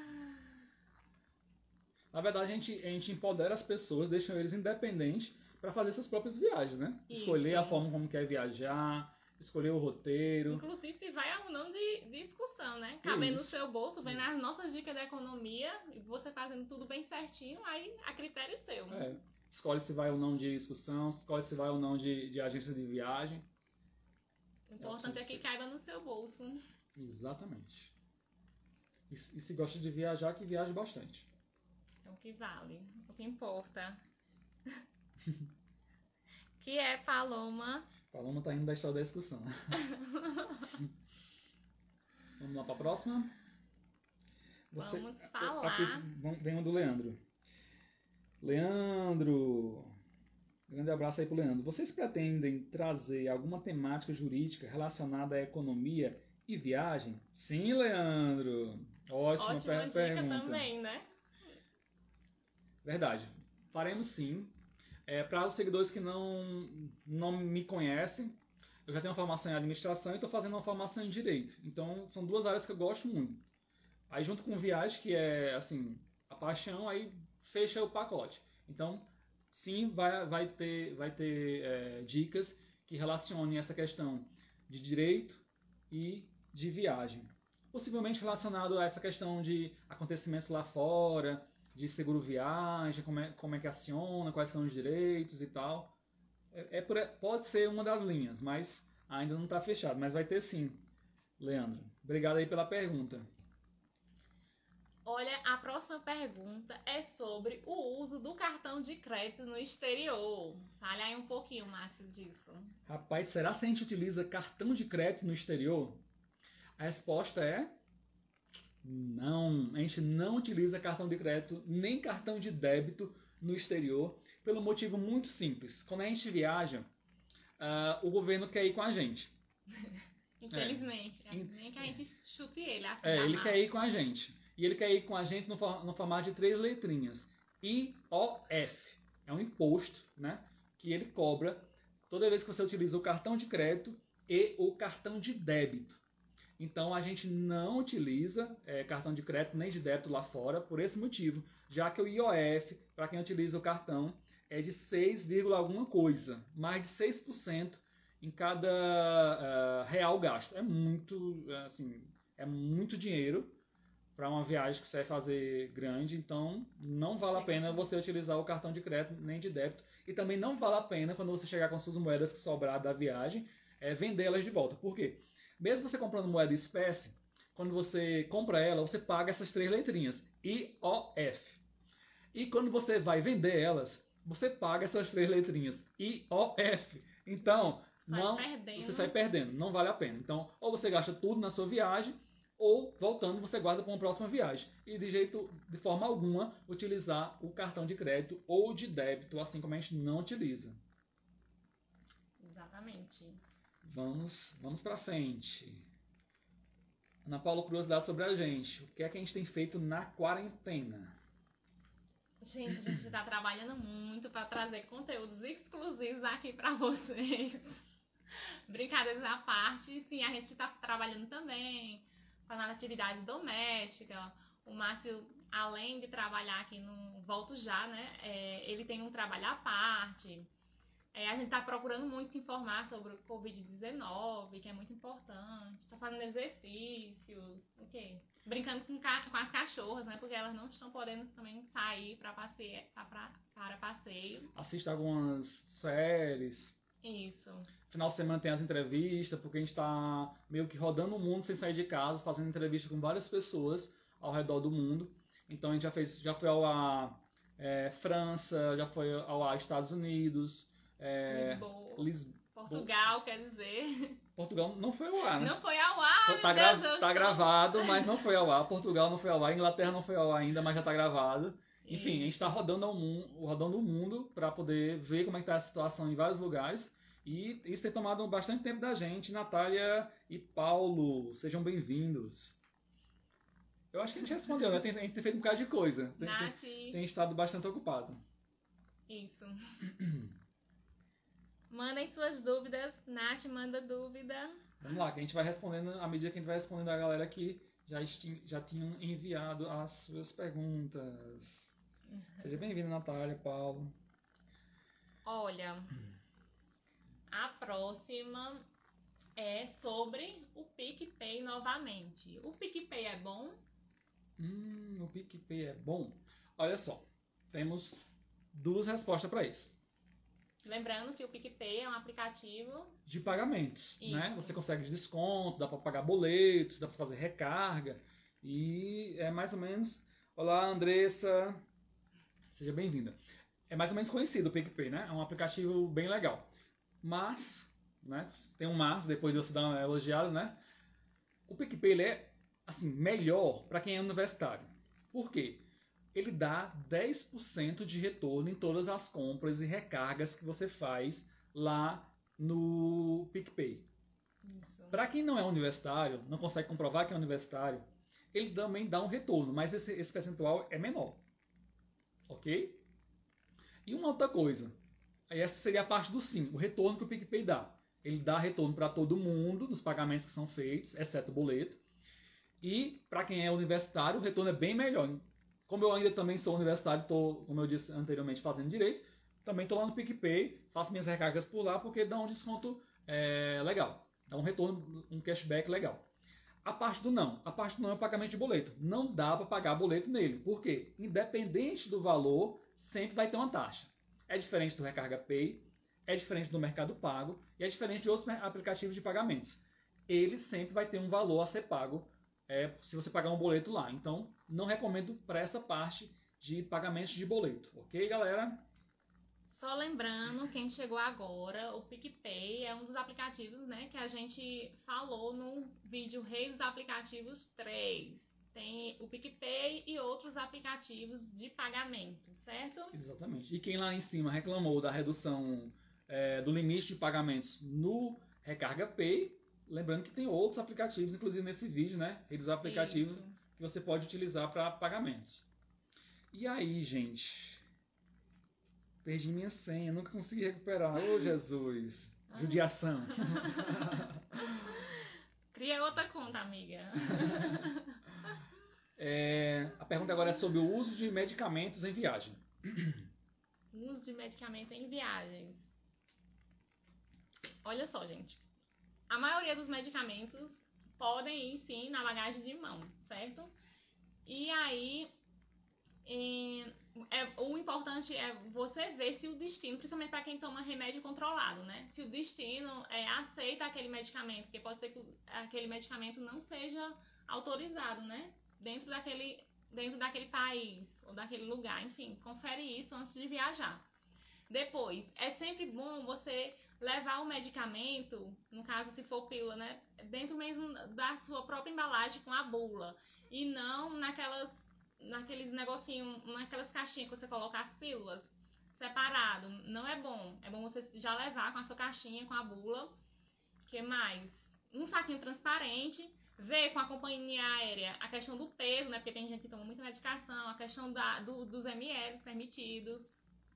Na verdade, a gente, a gente empodera as pessoas, deixa eles independentes para fazer suas próprias viagens, né? Isso. Escolher a forma como quer viajar, escolher o roteiro. Inclusive, se vai ou não de, de excursão, né? Cabendo no seu bolso, vendo as nossas dicas de economia, e você fazendo tudo bem certinho, aí a critério seu. É. Escolhe se vai ou não de excursão, escolhe se vai ou não de, de agência de viagem. O importante é, é que caiba no seu bolso. Exatamente. E, e se gosta de viajar, que viaje bastante. É o que vale, o que importa. Que é Paloma. Paloma tá indo da história da discussão. Vamos lá para a próxima? Você, Vamos falar. Aqui vem um do Leandro. Leandro, grande abraço aí pro Leandro. Vocês pretendem trazer alguma temática jurídica relacionada à economia e viagem? Sim, Leandro. Ótima, Ótima per dica pergunta. também, né? Verdade. Faremos sim. É, para os seguidores que não, não me conhecem, eu já tenho uma formação em administração e estou fazendo uma formação em direito. Então, são duas áreas que eu gosto muito. Aí, junto com viagem, que é assim a paixão, aí fecha o pacote. Então, sim, vai, vai ter, vai ter é, dicas que relacionem essa questão de direito e de viagem. Possivelmente relacionado a essa questão de acontecimentos lá fora, de seguro viagem, como é, como é que aciona, quais são os direitos e tal. É, é por, pode ser uma das linhas, mas ainda não está fechado. Mas vai ter sim, Leandro. Obrigado aí pela pergunta. Olha, a próxima pergunta é sobre o uso do cartão de crédito no exterior. Fale aí um pouquinho, Márcio, disso. Rapaz, será que a gente utiliza cartão de crédito no exterior? A resposta é não. A gente não utiliza cartão de crédito nem cartão de débito no exterior pelo motivo muito simples. Quando a gente viaja, uh, o governo quer ir com a gente. Infelizmente. É. Nem que a gente chute ele. Assim, é, ele quer ir com a gente. E ele quer ir com a gente no, no formato de três letrinhas. I O F. É um imposto, né, que ele cobra toda vez que você utiliza o cartão de crédito e o cartão de débito. Então, a gente não utiliza é, cartão de crédito nem de débito lá fora por esse motivo, já que o I O F, para quem utiliza o cartão, é de seis, alguma coisa, mais de seis por cento em cada uh, real gasto. É muito, assim, é muito dinheiro para uma viagem que você vai fazer grande, então não vale a pena você utilizar o cartão de crédito nem de débito. E também não vale a pena, quando você chegar com suas moedas que sobrar da viagem, é, vendê-las de volta. Por quê? Mesmo você comprando moeda espécie, quando você compra ela, você paga essas três letrinhas, I O F. E quando você vai vender elas, você paga essas três letrinhas, I O F. Então, sai não, perdendo. você sai perdendo, não vale a pena. Então, ou você gasta tudo na sua viagem, ou voltando você guarda para uma próxima viagem. E de jeito, de forma alguma, utilizar o cartão de crédito ou de débito, assim como a gente não utiliza. Exatamente. Vamos, vamos para frente. Ana Paula, curiosidade sobre a gente. O que é que a gente tem feito na quarentena? Gente, a gente está trabalhando muito para trazer conteúdos exclusivos aqui para vocês. Brincadeiras à parte, sim, a gente está trabalhando também, fazendo atividade doméstica. O Márcio, além de trabalhar aqui no Volto Já, né? É, ele tem um trabalho à parte. É, a gente está procurando muito se informar sobre o covid dezenove, que é muito importante. Está fazendo exercícios, o quê? Brincando com, ca- com as cachorras, né? Porque elas não estão podendo também sair para passeio, pra, para passeio. Assiste algumas séries. Isso. Final de semana tem as entrevistas, porque a gente está meio que rodando o mundo sem sair de casa, fazendo entrevista com várias pessoas ao redor do mundo. Então a gente já fez, já foi ao ar é, França, já foi ao ar Estados Unidos, é, Lisboa. Lisboa. Portugal, quer dizer. Portugal não foi ao ar, né? Não foi ao ar, Foi- meu tá Deus, gra- eu tá estou... gravado, mas não foi ao ar. Portugal não foi ao ar, Inglaterra não foi ao ar ainda, mas já tá gravado. Enfim, a gente está rodando, ao mundo, rodando o mundo para poder ver como é que tá a situação em vários lugares. E isso tem tomado bastante tempo da gente. Natália e Paulo, sejam bem-vindos. Eu acho que a gente respondeu, né? Tem- a gente tem feito um bocado de coisa. Tem, tem, Nath, tem estado bastante ocupado. isso. Mandem suas dúvidas. Nath, manda dúvida. Vamos lá, que a gente vai respondendo à medida que a gente vai respondendo a galera que já, esti- já tinham enviado as suas perguntas. Seja bem-vindo, Natália, Paulo. Olha, a próxima é sobre o PicPay novamente. O PicPay é bom? Hum, o PicPay é bom? Olha só, temos duas respostas para isso. Lembrando que o PicPay é um aplicativo De pagamentos, né? Isso. Você consegue desconto, dá para pagar boletos, dá para fazer recarga. E é mais ou menos... Olá, Andressa. Seja bem-vinda. É mais ou menos conhecido o PicPay, né? É um aplicativo bem legal. Mas, né? Tem um mas, depois de você dar uma elogiada, né? O PicPay ele é, assim, melhor para quem é universitário. Por quê? Ele dá dez por cento de retorno em todas as compras e recargas que você faz lá no PicPay. Isso. Para quem não é universitário, não consegue comprovar que é universitário, ele também dá um retorno, mas esse, esse percentual é menor. Ok? E uma outra coisa, aí essa seria a parte do sim, o retorno que o PicPay dá. Ele dá retorno para todo mundo nos pagamentos que são feitos, exceto o boleto. E para quem é universitário, o retorno é bem melhor. Como eu ainda também sou universitário, estou, como eu disse anteriormente, fazendo direito, também estou lá no PicPay, faço minhas recargas por lá porque dá um desconto é, legal. Dá um retorno, um cashback legal. A parte do não. A parte do não é o pagamento de boleto. Não dá para pagar boleto nele. Por quê? Independente do valor, sempre vai ter uma taxa. É diferente do Recarga Pay, é diferente do Mercado Pago e é diferente de outros aplicativos de pagamentos. Ele sempre vai ter um valor a ser pago é, se você pagar um boleto lá. Então, não recomendo para essa parte de pagamentos de boleto. Ok, galera? Só lembrando, quem chegou agora, o PicPay é um dos aplicativos, né, que a gente falou no vídeo Rei dos Aplicativos três. Tem o PicPay e outros aplicativos de pagamento, certo? Exatamente. E quem lá em cima reclamou da redução é, do limite de pagamentos no Recarga Pay, lembrando que tem outros aplicativos, inclusive nesse vídeo, né? Rei dos aplicativos Isso. que você pode utilizar para pagamentos. E aí, gente? Perdi minha senha, nunca consegui recuperar. Ô, oh, Jesus! Judiação. Cria outra conta, amiga. É, a pergunta agora é sobre o uso de medicamentos em viagem. Uso de medicamento em viagens. Olha só, gente. A maioria dos medicamentos podem ir, sim, na bagagem de mão, certo? E aí, é, o importante é você ver se o destino, principalmente para quem toma remédio controlado, né? Se o destino é, aceita aquele medicamento, porque pode ser que aquele medicamento não seja autorizado, né? Dentro daquele, dentro daquele país ou daquele lugar. Enfim, confere isso antes de viajar. Depois, é sempre bom você levar o medicamento, no caso se for pílula, né? Dentro mesmo da sua própria embalagem com a bula. E não naquelas, naqueles negocinhos, naquelas caixinhas que você coloca as pílulas separado. Não é bom. É bom você já levar com a sua caixinha, com a bula. Que mais? Um saquinho transparente. Ver com a companhia aérea a questão do peso, né? Porque tem gente que toma muita medicação, a questão da, do, dos ml permitidos.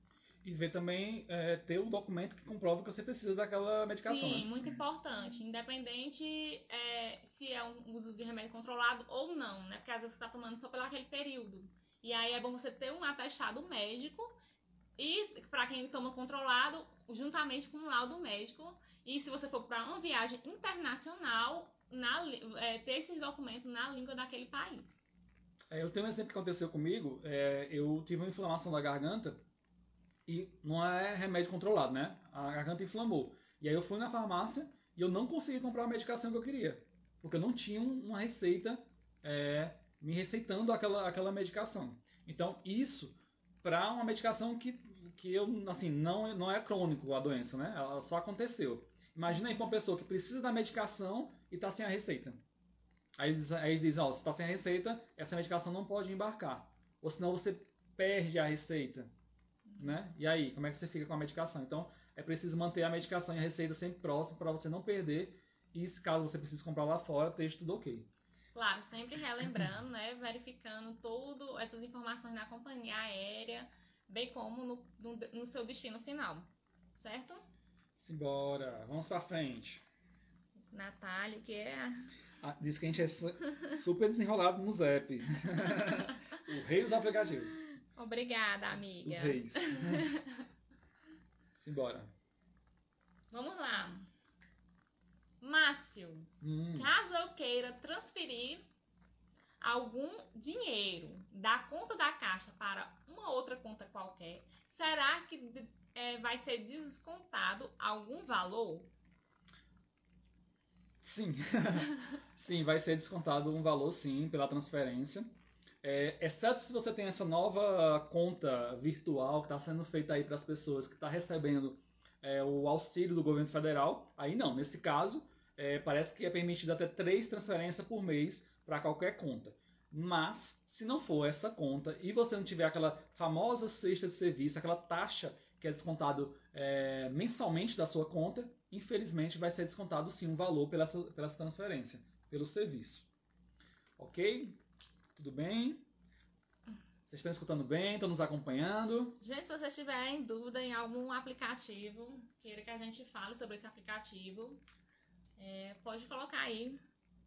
e ver também, é, ter o documento que comprova que você precisa daquela medicação. Sim, né? muito importante. Independente é, se é um uso de remédio controlado ou não, né? Porque às vezes você está tomando só pelo aquele período. E aí é bom você ter um atestado médico e, para quem toma controlado, juntamente com um laudo médico. E se você for para uma viagem internacional, na, é, ter esses documentos na língua daquele país. É, eu tenho um exemplo que aconteceu comigo. É, eu tive uma inflamação da garganta e não é remédio controlado, né? A garganta inflamou. E aí eu fui na farmácia e eu não consegui comprar a medicação que eu queria. Porque eu não tinha uma receita é, me receitando aquela, aquela medicação. Então, isso para uma medicação que, que eu, assim, não, não é crônico a doença, né? Ela só aconteceu. Imagina aí para uma pessoa que precisa da medicação e está sem a receita. Aí eles, aí eles dizem, ó, se está sem a receita, essa medicação não pode embarcar. Ou senão você perde a receita. Né? E aí, como é que você fica com a medicação? Então, é preciso manter a medicação e a receita sempre próximo para você não perder. E se caso você precise comprar lá fora, esteja tudo ok. Claro, sempre relembrando, né? Verificando todas essas informações na companhia aérea, bem como no, no, no seu destino final. Certo? Simbora, vamos pra frente. Natália, o que é? Ah, diz que a gente é super desenrolado no Zap. O rei dos aplicativos. Obrigada, amiga. Os reis. Simbora. Vamos lá. Márcio, Hum. caso eu queira transferir algum dinheiro da conta da Caixa para uma outra conta qualquer, será que é, vai ser descontado algum valor? Sim. Sim, vai ser descontado um valor, sim, pela transferência. É, exceto se você tem essa nova conta virtual que está sendo feita aí para as pessoas que estão tá recebendo é, o auxílio do governo federal. Aí não, nesse caso, é, parece que é permitido até três transferências por mês para qualquer conta. Mas, se não for essa conta e você não tiver aquela famosa cesta de serviço, aquela taxa que é descontado é, mensalmente da sua conta, infelizmente vai ser descontado sim um valor pela, pela transferência, pelo serviço. Ok? Tudo bem? Vocês estão escutando bem? Estão nos acompanhando? Gente, se vocês tiverem dúvida em algum aplicativo, queira que a gente fale sobre esse aplicativo, é, pode colocar aí.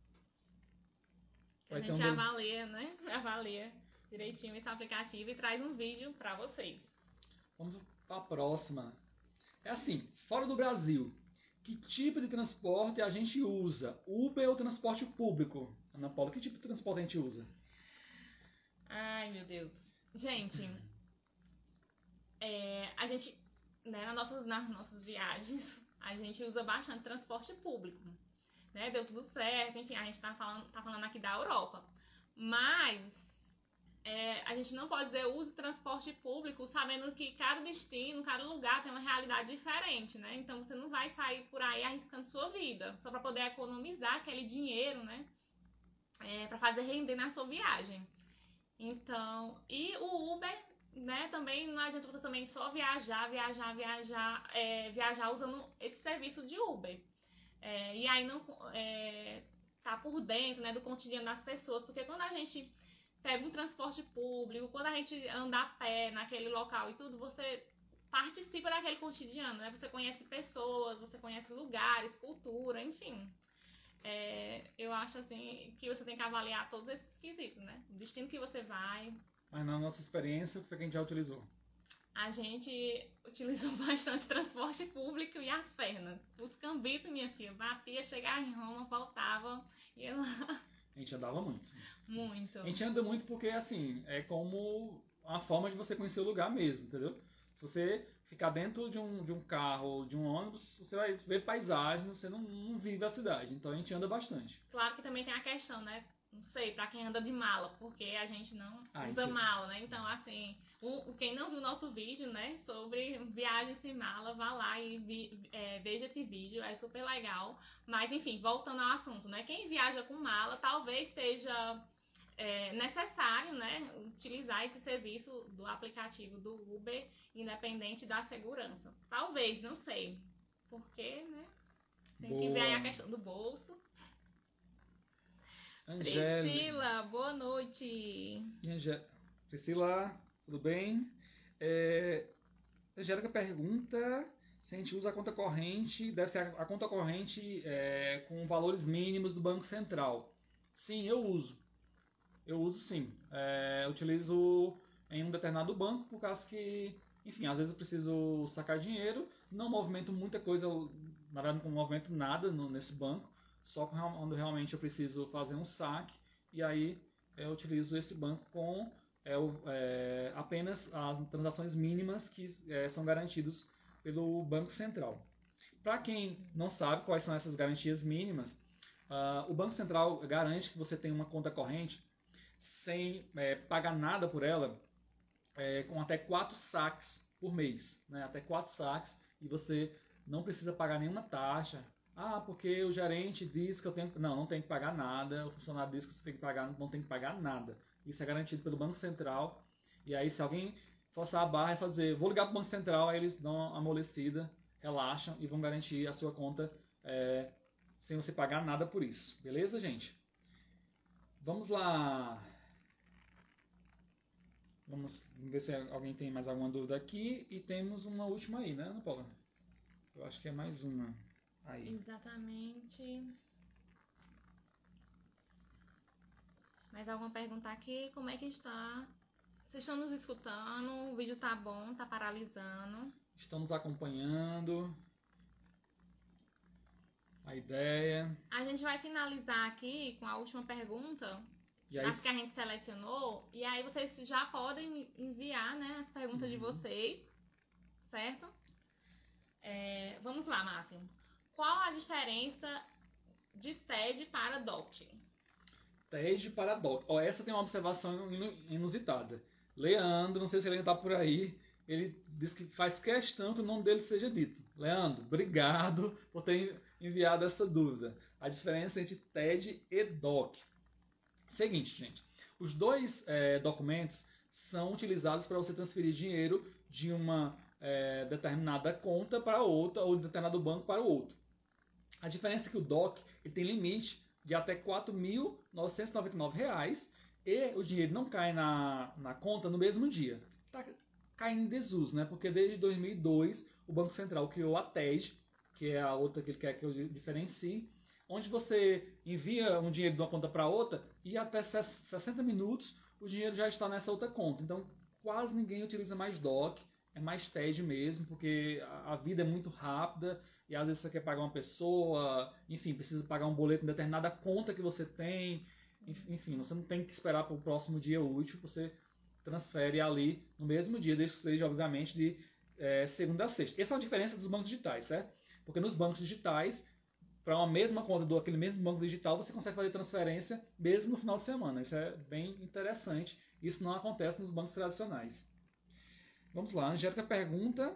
Que a gente um... avalia, né? Avalia direitinho esse aplicativo e traz um vídeo para vocês. Vamos para a próxima. É assim, fora do Brasil, que tipo de transporte a gente usa? Uber ou transporte público? Ana Paula, que tipo de transporte a gente usa? Ai, meu Deus. Gente, é, a gente, né, nas nossas, nas nossas viagens, a gente usa bastante transporte público. Né? Deu tudo certo, enfim, a gente tá falando, tá falando aqui da Europa. Mas é, a gente não pode dizer use transporte público sabendo que cada destino, cada lugar tem uma realidade diferente, né? Então você não vai sair por aí arriscando sua vida só para poder economizar aquele dinheiro, né? É, para fazer render na sua viagem. Então, e o Uber, né? Também não adianta você também só viajar, viajar, viajar, é, viajar usando esse serviço de Uber. É, e aí não é, tá por dentro, né, do cotidiano das pessoas, porque quando a gente pega um transporte público, quando a gente anda a pé naquele local e tudo, você participa daquele cotidiano, né? Você conhece pessoas, você conhece lugares, cultura, enfim. É, eu acho assim que você tem que avaliar todos esses quesitos, né? O destino que você vai. Mas na nossa experiência, o que foi que a gente já utilizou? A gente utilizou bastante transporte público e as pernas. Os cambitos, minha filha, batia, chegava em Roma, voltava, ia lá. A gente andava muito. Muito. A gente anda muito porque, assim, é como a forma de você conhecer o lugar mesmo, entendeu? Se você ficar dentro de um, de um carro, de um ônibus, você vai ver paisagem, você não, não vive a cidade. Então a gente anda bastante. Claro que também tem a questão, né? Não sei, pra quem anda de mala, porque a gente não ah, usa mala, né? Então, assim, o, quem não viu o nosso vídeo, né, sobre viagem sem mala, vá lá e vi, é, veja esse vídeo, é super legal. Mas, enfim, voltando ao assunto, né? Quem viaja com mala, talvez seja é, necessário, né, utilizar esse serviço do aplicativo do Uber, independente da segurança. Talvez, não sei. Porque, né? Tem Boa. que ver aí a questão do bolso. Angélica. Priscila, boa noite. E Angé... Priscila, tudo bem? É... A Angélica pergunta se a gente usa a conta corrente, deve ser a, a conta corrente é, com valores mínimos do Banco Central. Sim, eu uso. Eu uso sim. É, eu utilizo em um determinado banco por causa que, enfim, às vezes eu preciso sacar dinheiro, não movimento muita coisa, na verdade não movimento nada no, nesse banco, só quando realmente eu preciso fazer um saque, e aí eu utilizo esse banco com é, é, apenas as transações mínimas que é, são garantidas pelo Banco Central. Para quem não sabe quais são essas garantias mínimas, uh, o Banco Central garante que você tem uma conta corrente sem é, pagar nada por ela, é, com até quatro saques por mês, né? Até quatro saques, e você não precisa pagar nenhuma taxa. Ah, porque o gerente diz que eu tenho... Não, não tem que pagar nada. O funcionário diz que você tem que pagar, não tem que pagar nada. Isso é garantido pelo Banco Central. E aí, se alguém forçar a barra, é só dizer, vou ligar para o Banco Central, aí eles dão uma amolecida, relaxam e vão garantir a sua conta é, sem você pagar nada por isso. Beleza, gente? Vamos lá. Vamos ver se alguém tem mais alguma dúvida aqui. E temos uma última aí, né, Ana Paula? Eu acho que é mais uma aí. Exatamente. Mais alguma pergunta aqui? Como é que está? Vocês estão nos escutando? O vídeo tá bom? Tá paralisando? Estão nos acompanhando. A ideia. A gente vai finalizar aqui com a última pergunta, E aí, as que a gente selecionou. E aí vocês já podem enviar, né, as perguntas uhum. de vocês, certo? É, vamos lá, Máximo. Qual a diferença de T E D para D O C? T E D para D O C. Oh, essa tem uma observação inusitada. Leandro, não sei se ele ainda está por aí, ele diz que faz questão que o nome dele seja dito. Leandro, obrigado por ter enviado essa dúvida. A diferença entre T E D e D O C. Seguinte, gente. Os dois é, documentos são utilizados para você transferir dinheiro de uma é, determinada conta para outra, ou de determinado banco para o outro. A diferença é que o D O C ele tem limite de até quatro mil novecentos e noventa e nove reais e o dinheiro não cai na, na conta no mesmo dia. Está caindo em desuso, né? Porque desde dois mil e dois o Banco Central criou a T E D, que é a outra que ele quer que eu diferencie, onde você envia um dinheiro de uma conta para outra e até sessenta minutos o dinheiro já está nessa outra conta. Então quase ninguém utiliza mais D O C, é mais T E D mesmo, porque a vida é muito rápida e às vezes você quer pagar uma pessoa, enfim, precisa pagar um boleto em determinada conta que você tem, enfim, você não tem que esperar para o próximo dia útil, você transfere ali no mesmo dia, desde que seja, obviamente, de é, segunda a sexta. Essa é a diferença dos bancos digitais, certo? Porque nos bancos digitais, para uma mesma conta do aquele mesmo banco digital, você consegue fazer transferência mesmo no final de semana. Isso é bem interessante. Isso não acontece nos bancos tradicionais. Vamos lá, a Angélica pergunta: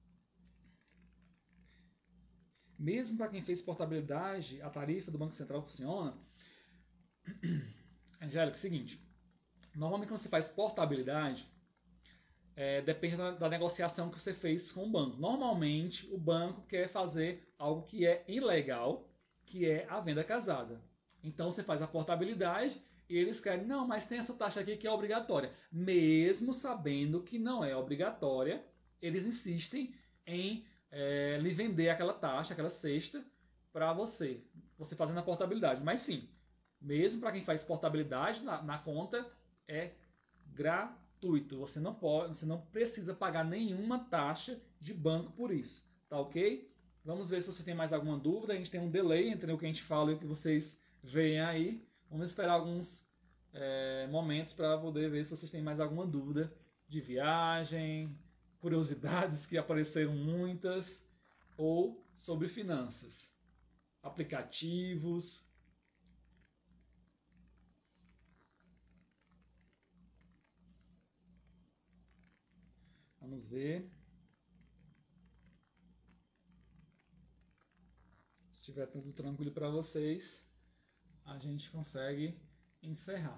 mesmo para quem fez portabilidade, a tarifa do Banco Central funciona? Angélica, é o seguinte, normalmente quando você faz portabilidade, é, depende da, da negociação que você fez com o banco. Normalmente o banco quer fazer algo que é ilegal, que é a venda casada. Então você faz a portabilidade e eles querem, não, mas tem essa taxa aqui que é obrigatória. Mesmo sabendo que não é obrigatória, eles insistem em é, lhe vender aquela taxa, aquela cesta, para você, você fazendo a portabilidade. Mas sim, mesmo para quem faz portabilidade na, na conta, é gratuito. Você não pode, você não precisa pagar nenhuma taxa de banco por isso. Tá ok? Vamos ver se você tem mais alguma dúvida. A gente tem um delay entre o que a gente fala e o que vocês veem aí. Vamos esperar alguns é, momentos para poder ver se vocês têm mais alguma dúvida de viagem, curiosidades que apareceram muitas, ou sobre finanças, aplicativos. Vamos ver. Se estiver tudo tranquilo para vocês, a gente consegue encerrar.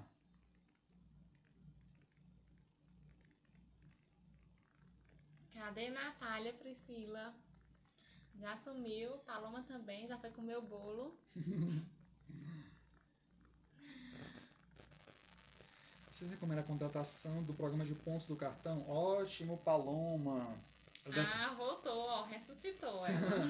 Cadê Natália, Priscila? Já sumiu. Paloma também, já foi comer o bolo. Vocês recomendam a contratação do programa de pontos do cartão? Ótimo, Paloma! Ah, voltou, ó, ressuscitou ela.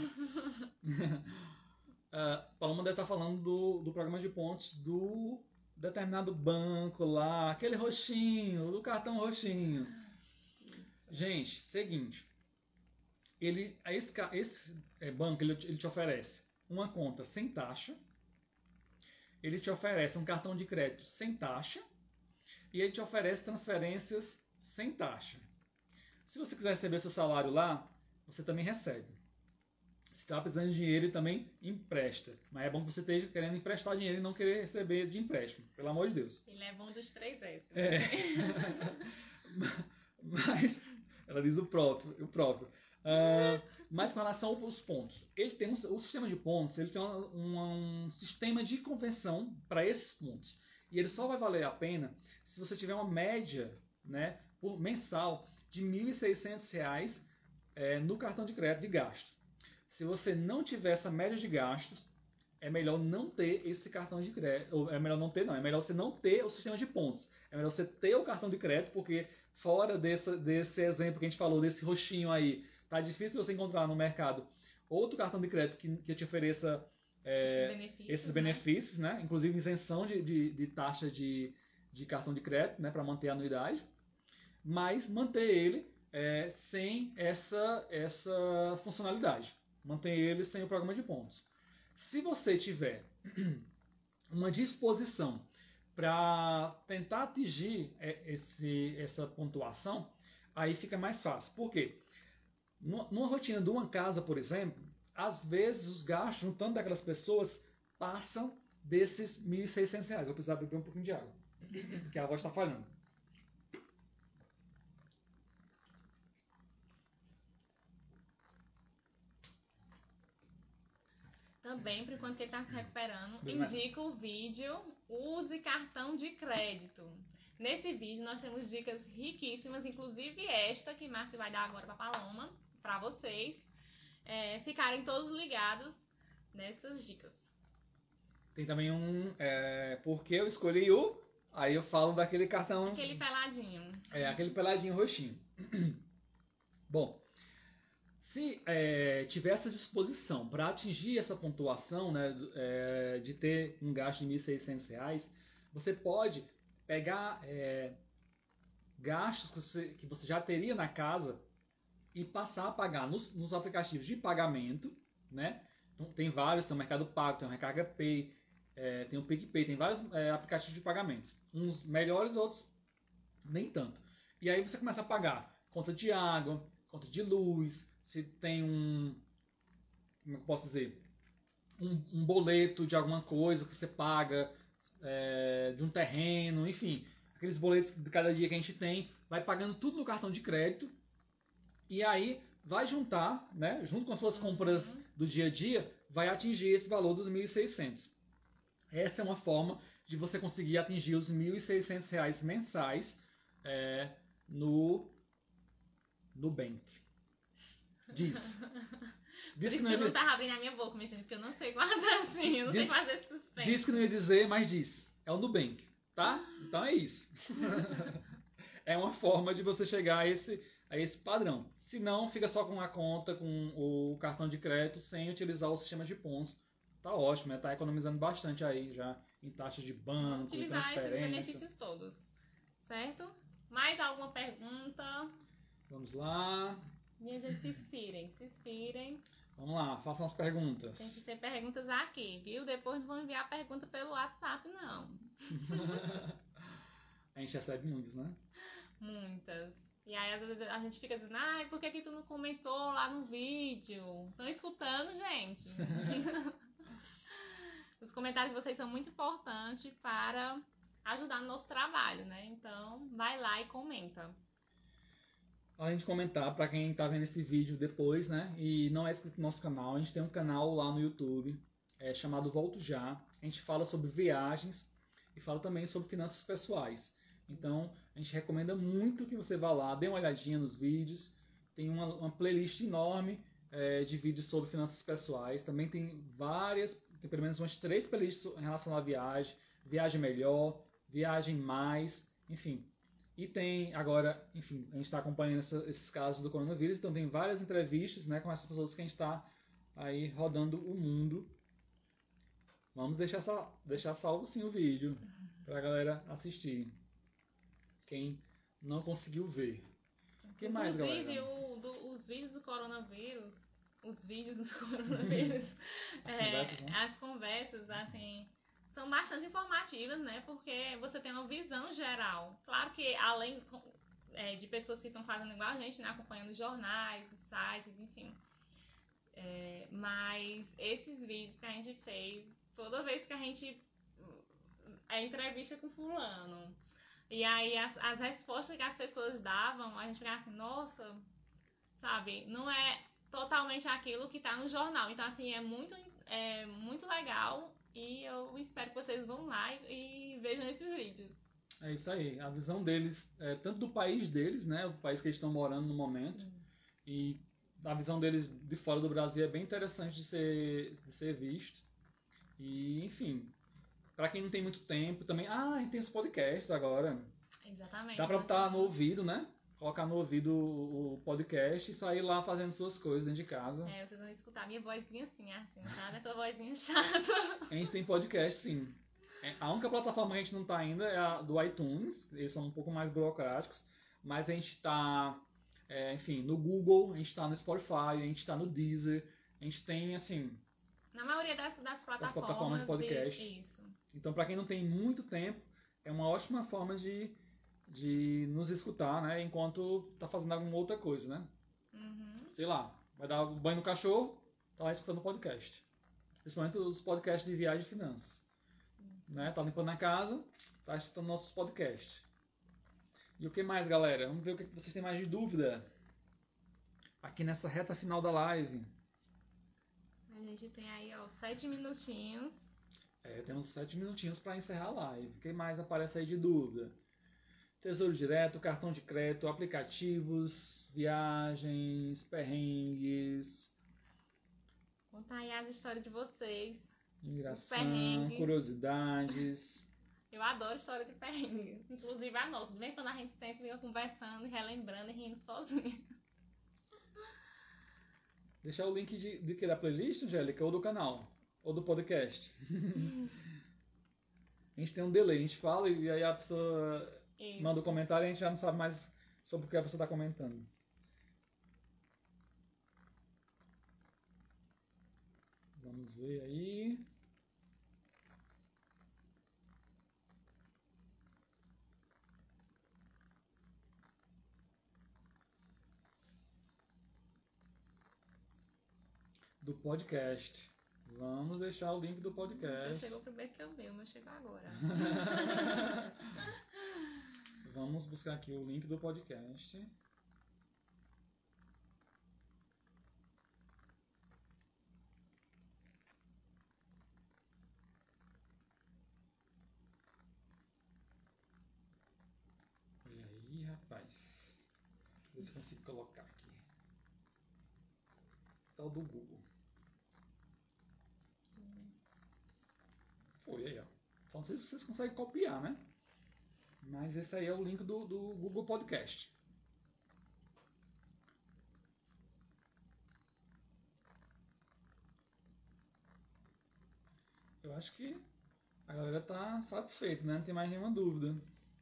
uh, Paloma deve estar falando do, do programa de pontos do determinado banco lá, aquele roxinho, do cartão roxinho. Isso. Gente, seguinte, ele, esse, esse banco ele, ele te oferece uma conta sem taxa, ele te oferece um cartão de crédito sem taxa e ele te oferece transferências sem taxa. Se você quiser receber seu salário lá, você também recebe. Se está precisando de dinheiro, ele também empresta. Mas é bom que você esteja querendo emprestar dinheiro e não querer receber de empréstimo. Pelo amor de Deus. Ele é bom dos três S. É. Mas, ela diz o próprio. O próprio. Uh, mas com relação aos pontos, ele tem um, o sistema de pontos, ele tem um, um, um sistema de conversão para esses pontos. E ele só vai valer a pena se você tiver uma média, né, por mensal de mil e seiscentos reais é, no cartão de crédito de gasto. Se você não tiver essa média de gastos, é melhor não ter esse cartão de crédito. Ou é melhor não ter, não. É melhor você não ter o sistema de pontos. É melhor você ter o cartão de crédito, porque fora desse, desse exemplo que a gente falou, desse roxinho aí, tá difícil você encontrar no mercado outro cartão de crédito que, que te ofereça é, esses benefícios, esses benefícios né? né? Inclusive isenção de, de, de taxa de, de cartão de crédito, né? Para manter a anuidade. Mas manter ele é, sem essa, essa funcionalidade. Manter ele sem o programa de pontos. Se você tiver uma disposição para tentar atingir esse, essa pontuação, aí fica mais fácil. Por quê? Numa rotina de uma casa, por exemplo, às vezes os gastos, juntando daquelas pessoas, passam desses mil e seiscentos reais. Eu vou precisar beber um pouquinho de água, porque a voz está falhando. Também, por enquanto que ele está se recuperando, Bem, indica o vídeo Use Cartão de Crédito. Nesse vídeo nós temos dicas riquíssimas, inclusive esta que Márcio vai dar agora para a Paloma, para vocês é, ficarem todos ligados nessas dicas. Tem também um é, porque eu escolhi o, aí eu falo daquele cartão... Aquele peladinho. É, aquele peladinho roxinho. Bom, se é, tiver essa disposição para atingir essa pontuação, né, é, de ter um gasto de mil e seiscentos reais, você pode pegar é, gastos que você, que você já teria na casa e passar a pagar nos, nos aplicativos de pagamento, né? Então, tem vários, tem o Mercado Pago, tem o Recarga Pay, é, tem o PicPay, tem vários é, aplicativos de pagamento. Uns melhores, outros nem tanto. E aí você começa a pagar conta de água, conta de luz, se tem um, como eu posso dizer, um, um boleto de alguma coisa que você paga, é, de um terreno, enfim, aqueles boletos de cada dia que a gente tem, vai pagando tudo no cartão de crédito e aí vai juntar, né, junto com as suas compras uhum. do dia a dia, vai atingir esse valor dos mil e seiscentos. Essa é uma forma de você conseguir atingir os mil e seiscentos reais mensais é, no Nubank. Diz. Diz que não, ia... não tava abrindo a minha boca, mexendo, porque eu não sei guardar assim, eu não diz, sei fazer suspense. Diz que não ia dizer, mas diz. É o Nubank, tá? Então é isso. É uma forma de você chegar a esse, a esse padrão. Se não, fica só com a conta, com o cartão de crédito, sem utilizar o sistema de pontos. Tá ótimo, né? Tá economizando bastante aí já em taxas de banco, utilizar transferência. Esses benefícios todos, certo? Mais alguma pergunta? Vamos lá. Minha gente, se inspirem, se inspirem. Vamos lá, façam as perguntas. Tem que ser perguntas aqui, viu? Depois não vão enviar pergunta pelo WhatsApp, não. A gente recebe muitos, né? Muitas. E aí, às vezes, a gente fica dizendo, ai, por que, que tu não comentou lá no vídeo? Estão escutando, gente? Os comentários de vocês são muito importantes para ajudar no nosso trabalho, né? Então, vai lá e comenta. Além de comentar, para quem está vendo esse vídeo depois, né, e não é inscrito no nosso canal, a gente tem um canal lá no YouTube é, chamado Volto Já. A gente fala sobre viagens e fala também sobre finanças pessoais. Então, a gente recomenda muito que você vá lá, dê uma olhadinha nos vídeos. Tem uma, uma playlist enorme é, de vídeos sobre finanças pessoais. Também tem várias, tem pelo menos umas três playlists em relação à viagem. Viagem melhor, viagem mais, enfim. E tem agora, enfim, a gente está acompanhando essa, esses casos do coronavírus, então tem várias entrevistas, né, com essas pessoas que a gente está aí rodando o mundo. Vamos deixar, sal, deixar salvo sim o vídeo para a galera assistir. Quem não conseguiu ver. O que mais, galera? Inclusive, o, do, os vídeos do coronavírus, os vídeos do coronavírus, as, é, conversas, né? as conversas, assim, são bastante informativas, né? Porque você tem uma visão geral. Claro que além é, de pessoas que estão fazendo igual a gente, né? Acompanhando jornais, sites, enfim. É, mas esses vídeos que a gente fez, toda vez que a gente é entrevista com fulano, e aí as, as respostas que as pessoas davam, a gente ficava assim, nossa, sabe, não é totalmente aquilo que tá no jornal. Então, assim, é muito, é muito legal e eu espero que vocês vão lá e, e vejam esses vídeos. É isso aí, a visão deles, é, tanto do país deles, né, o país que eles estão morando no momento, hum. e a visão deles de fora do Brasil é bem interessante de ser, de ser visto. E, enfim, para quem não tem muito tempo também, ah, e tem os podcasts agora. Exatamente. Dá pra botar no ouvido, né? Colocar no ouvido o podcast e sair lá fazendo suas coisas dentro de casa. É, vocês vão escutar minha vozinha assim, assim, sabe? Essa vozinha chata. A gente tem podcast, sim. A única plataforma que a gente não tá ainda é a do iTunes. Eles são um pouco mais burocráticos. Mas a gente tá, é, enfim, no Google, a gente tá no Spotify, a gente tá no Deezer. A gente tem, assim... Na maioria das, das plataformas, das plataformas de podcast. De... Isso. Então, para quem não tem muito tempo, é uma ótima forma de... de nos escutar, né, enquanto tá fazendo alguma outra coisa, né? Uhum. Sei lá, vai dar banho no cachorro, tá lá escutando o podcast. Principalmente os podcasts de viagem e finanças. Né? Tá limpando a casa, tá escutando nossos podcasts. E o que mais, galera? Vamos ver o que vocês têm mais de dúvida aqui nessa reta final da live. A gente tem aí, ó, sete minutinhos. É, temos sete minutinhos para encerrar a live. O que mais aparece aí de dúvida? Tesouro direto, cartão de crédito, aplicativos, viagens, perrengues. Contar aí as histórias de vocês. Migração, curiosidades. Eu adoro história de perrengue. Inclusive a nossa. Vem quando a gente sempre fica conversando, relembrando e rindo sozinha. Deixar o link de, de que da playlist, Angélica, ou do canal, ou do podcast. A gente tem um delay, a gente fala e aí a pessoa... Isso. Manda um comentário e a gente já não sabe mais sobre o que a pessoa está comentando. Vamos ver aí. Do podcast. Vamos deixar o link do podcast. Hum, chegou primeiro que eu vi, o meu chegou agora. Vamos buscar aqui o link do podcast. Olha aí, rapaz. Ver se eu consigo colocar aqui. Tal do Google. Foi aí, ó. Só não sei se vocês conseguem copiar, né? Mas esse aí é o link do, do Google Podcast. Eu acho que a galera tá satisfeita, né? Não tem mais nenhuma dúvida.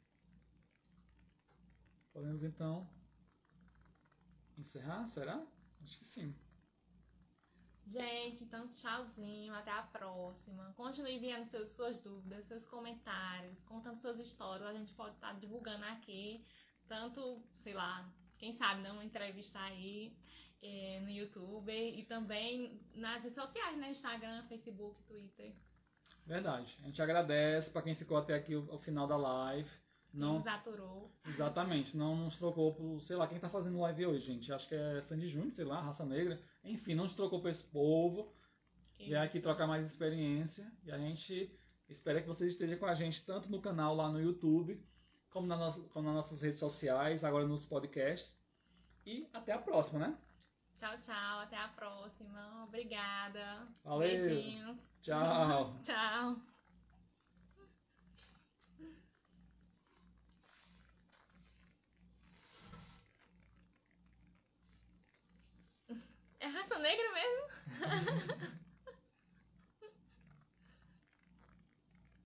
Podemos então encerrar? Será? Acho que sim. Gente, então tchauzinho, até a próxima. Continue enviando seus, suas dúvidas, seus comentários, contando suas histórias. A gente pode estar divulgando aqui, tanto, sei lá, quem sabe, não, uma entrevista aí é, no YouTube e também nas redes sociais, né? Instagram, Facebook, Twitter. Verdade. A gente agradece para quem ficou até aqui ao final da live. Não nos aturou. Exatamente, não nos trocou por, sei lá, quem tá fazendo live hoje, gente? Acho que é Sandy Júnior, sei lá, Raça Negra. Enfim, não nos trocou por esse povo. Vem aqui trocar mais experiência. E a gente espera que vocês estejam com a gente tanto no canal lá no YouTube, como, na nossa, como nas nossas redes sociais, agora nos podcasts. E até a próxima, né? Tchau, tchau. Até a próxima. Obrigada. Valeu. Beijinhos. Tchau. Tchau.